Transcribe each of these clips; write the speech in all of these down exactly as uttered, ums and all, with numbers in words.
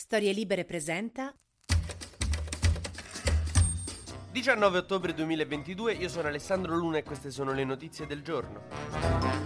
Storie Libere presenta diciannove ottobre duemilaventidue, io sono Alessandro Luna e queste sono le notizie del giorno.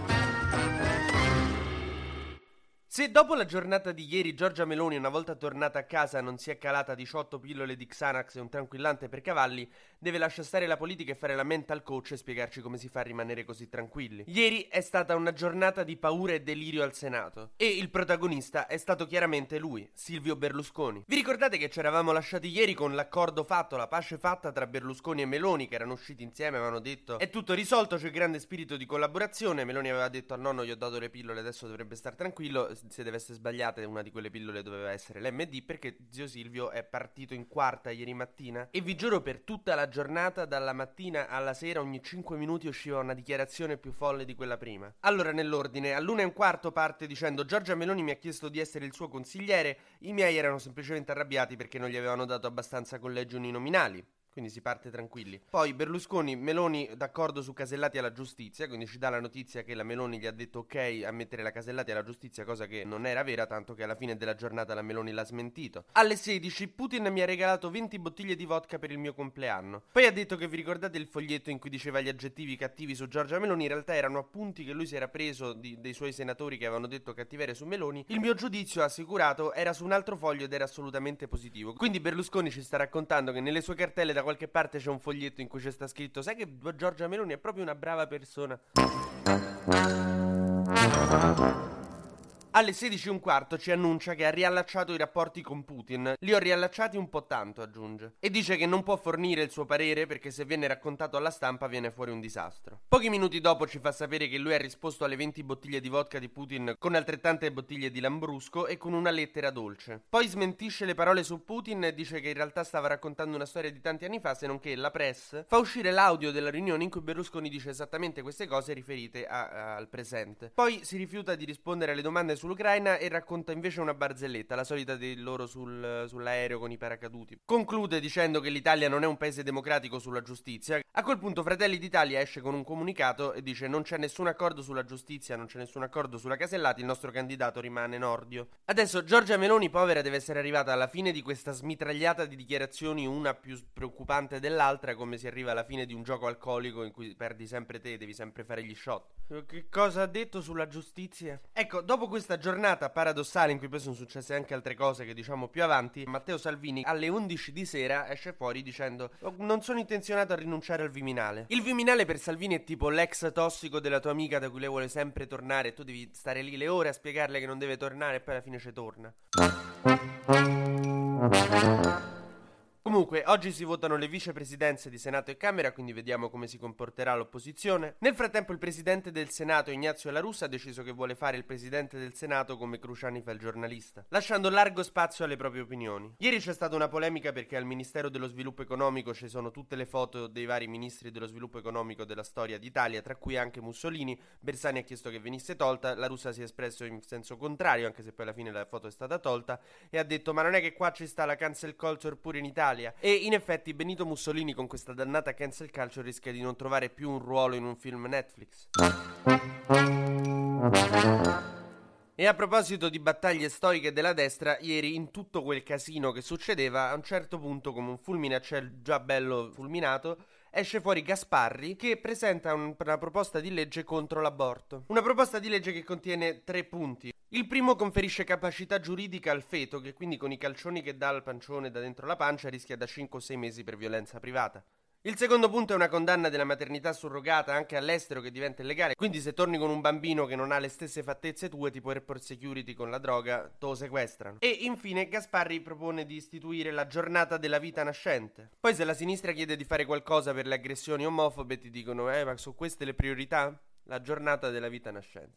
Se dopo la giornata di ieri Giorgia Meloni, una volta tornata a casa, non si è calata diciotto pillole di Xanax e un tranquillante per cavalli, deve lasciare stare la politica e fare la mental coach e spiegarci come si fa a rimanere così tranquilli. Ieri è stata una giornata di paura e delirio al Senato e il protagonista è stato chiaramente lui, Silvio Berlusconi. Vi ricordate che ci eravamo lasciati ieri con l'accordo fatto, la pace fatta tra Berlusconi e Meloni, che erano usciti insieme, avevano detto è tutto risolto, c'è grande spirito di collaborazione. Meloni aveva detto al nonno gli ho dato le pillole, adesso dovrebbe star tranquillo. Se deve essere sbagliata, una di quelle pillole doveva essere l'M D, perché zio Silvio è partito in quarta ieri mattina e vi giuro per tutta la giornata, dalla mattina alla sera, ogni cinque minuti usciva una dichiarazione più folle di quella prima. Allora, nell'ordine, all'una e un quarto parte dicendo Giorgia Meloni mi ha chiesto di essere il suo consigliere, i miei erano semplicemente arrabbiati perché non gli avevano dato abbastanza collegi uninominali. Quindi si parte tranquilli. Poi Berlusconi, Meloni d'accordo su Casellati alla giustizia, quindi ci dà la notizia che la Meloni gli ha detto ok a mettere la Casellati alla giustizia, cosa che non era vera, tanto che alla fine della giornata la Meloni l'ha smentito. Alle sedici Putin mi ha regalato venti bottiglie di vodka per il mio compleanno. Poi ha detto che vi ricordate il foglietto in cui diceva gli aggettivi cattivi su Giorgia Meloni, in realtà erano appunti che lui si era preso di, dei suoi senatori che avevano detto cattiverie su Meloni. Il mio giudizio, ha assicurato, era su un altro foglio ed era assolutamente positivo. Quindi Berlusconi ci sta raccontando che nelle sue cartelle da qualche parte c'è un foglietto in cui c'è sta scritto sai che Giorgia Meloni è proprio una brava persona. Alle sedici e un quarto ci annuncia che ha riallacciato i rapporti con Putin. Li ho riallacciati un po' tanto, aggiunge. E dice che non può fornire il suo parere perché se viene raccontato alla stampa viene fuori un disastro. Pochi minuti dopo ci fa sapere che lui ha risposto alle venti bottiglie di vodka di Putin con altrettante bottiglie di Lambrusco e con una lettera dolce. Poi smentisce le parole su Putin e dice che in realtà stava raccontando una storia di tanti anni fa, se non che la press fa uscire l'audio della riunione in cui Berlusconi dice esattamente queste cose riferite a, a, al presente. Poi si rifiuta di rispondere alle domande sull'Ucraina e racconta invece una barzelletta, la solita di loro sul, sull'aereo con i paracaduti. Conclude dicendo che l'Italia non è un paese democratico sulla giustizia. A quel punto Fratelli d'Italia esce con un comunicato e dice non c'è nessun accordo sulla giustizia, non c'è nessun accordo sulla Casellati, il nostro candidato rimane Nordio. Adesso Giorgia Meloni, povera, deve essere arrivata alla fine di questa smitragliata di dichiarazioni, una più preoccupante dell'altra, come si arriva alla fine di un gioco alcolico in cui perdi sempre te, devi sempre fare gli shot. Che cosa ha detto sulla giustizia? Ecco, dopo questa giornata paradossale in cui poi sono successe anche altre cose che diciamo più avanti, Matteo Salvini alle undici di sera esce fuori dicendo non sono intenzionato a rinunciare al Viminale. Il Viminale per Salvini è tipo l'ex tossico della tua amica da cui lei vuole sempre tornare e tu devi stare lì le ore a spiegarle che non deve tornare e poi alla fine ci torna. Comunque, oggi si votano le vicepresidenze di Senato e Camera, quindi vediamo come si comporterà l'opposizione. Nel frattempo il presidente del Senato, Ignazio La Russa, ha deciso che vuole fare il presidente del Senato come Cruciani fa il giornalista, lasciando largo spazio alle proprie opinioni. Ieri c'è stata una polemica perché al Ministero dello Sviluppo Economico ci sono tutte le foto dei vari ministri dello sviluppo economico della storia d'Italia, tra cui anche Mussolini. Bersani ha chiesto che venisse tolta, La Russa si è espresso in senso contrario, anche se poi alla fine la foto è stata tolta, e ha detto ma non è che qua ci sta la cancel culture pure in Italia? E in effetti Benito Mussolini con questa dannata cancel culture rischia di non trovare più un ruolo in un film Netflix. E a proposito di battaglie storiche della destra, ieri in tutto quel casino che succedeva, a un certo punto, come un fulmine a ciel già bello fulminato, esce fuori Gasparri che presenta un, una proposta di legge contro l'aborto. Una proposta di legge che contiene tre punti. Il primo conferisce capacità giuridica al feto, che quindi con i calcioni che dà al pancione da dentro la pancia rischia da cinque o sei mesi per violenza privata. Il secondo punto è una condanna della maternità surrogata anche all'estero che diventa illegale, quindi se torni con un bambino che non ha le stesse fattezze tue, tipo airport security con la droga, te lo sequestrano. E infine Gasparri propone di istituire la giornata della vita nascente. Poi se la sinistra chiede di fare qualcosa per le aggressioni omofobe ti dicono eh ma sono queste le priorità? La giornata della vita nascente.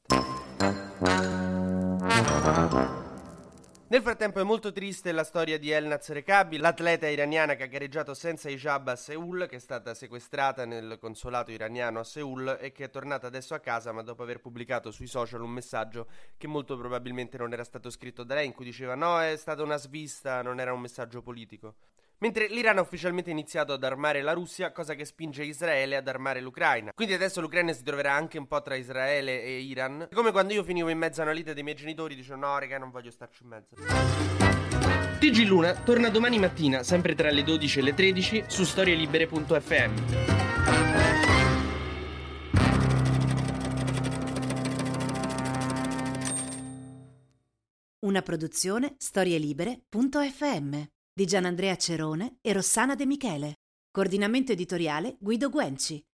Nel frattempo è molto triste la storia di Elnaz Rekabi, l'atleta iraniana che ha gareggiato senza hijab a Seul, che è stata sequestrata nel consolato iraniano a Seul e che è tornata adesso a casa, ma dopo aver pubblicato sui social un messaggio che molto probabilmente non era stato scritto da lei, in cui diceva no, è stata una svista, non era un messaggio politico. Mentre l'Iran ha ufficialmente iniziato ad armare la Russia, cosa che spinge Israele ad armare l'Ucraina. Quindi adesso l'Ucraina si troverà anche un po' tra Israele e Iran. Come quando io finivo in mezzo a una lite dei miei genitori, dicevo no raga, non voglio starci in mezzo. T G Luna torna domani mattina, sempre tra le dodici e le tredici, su storielibere punto effe emme. Una produzione storielibere punto effe emme di Gianandrea Cerone e Rossana De Michele. Coordinamento editoriale Guido Guenci.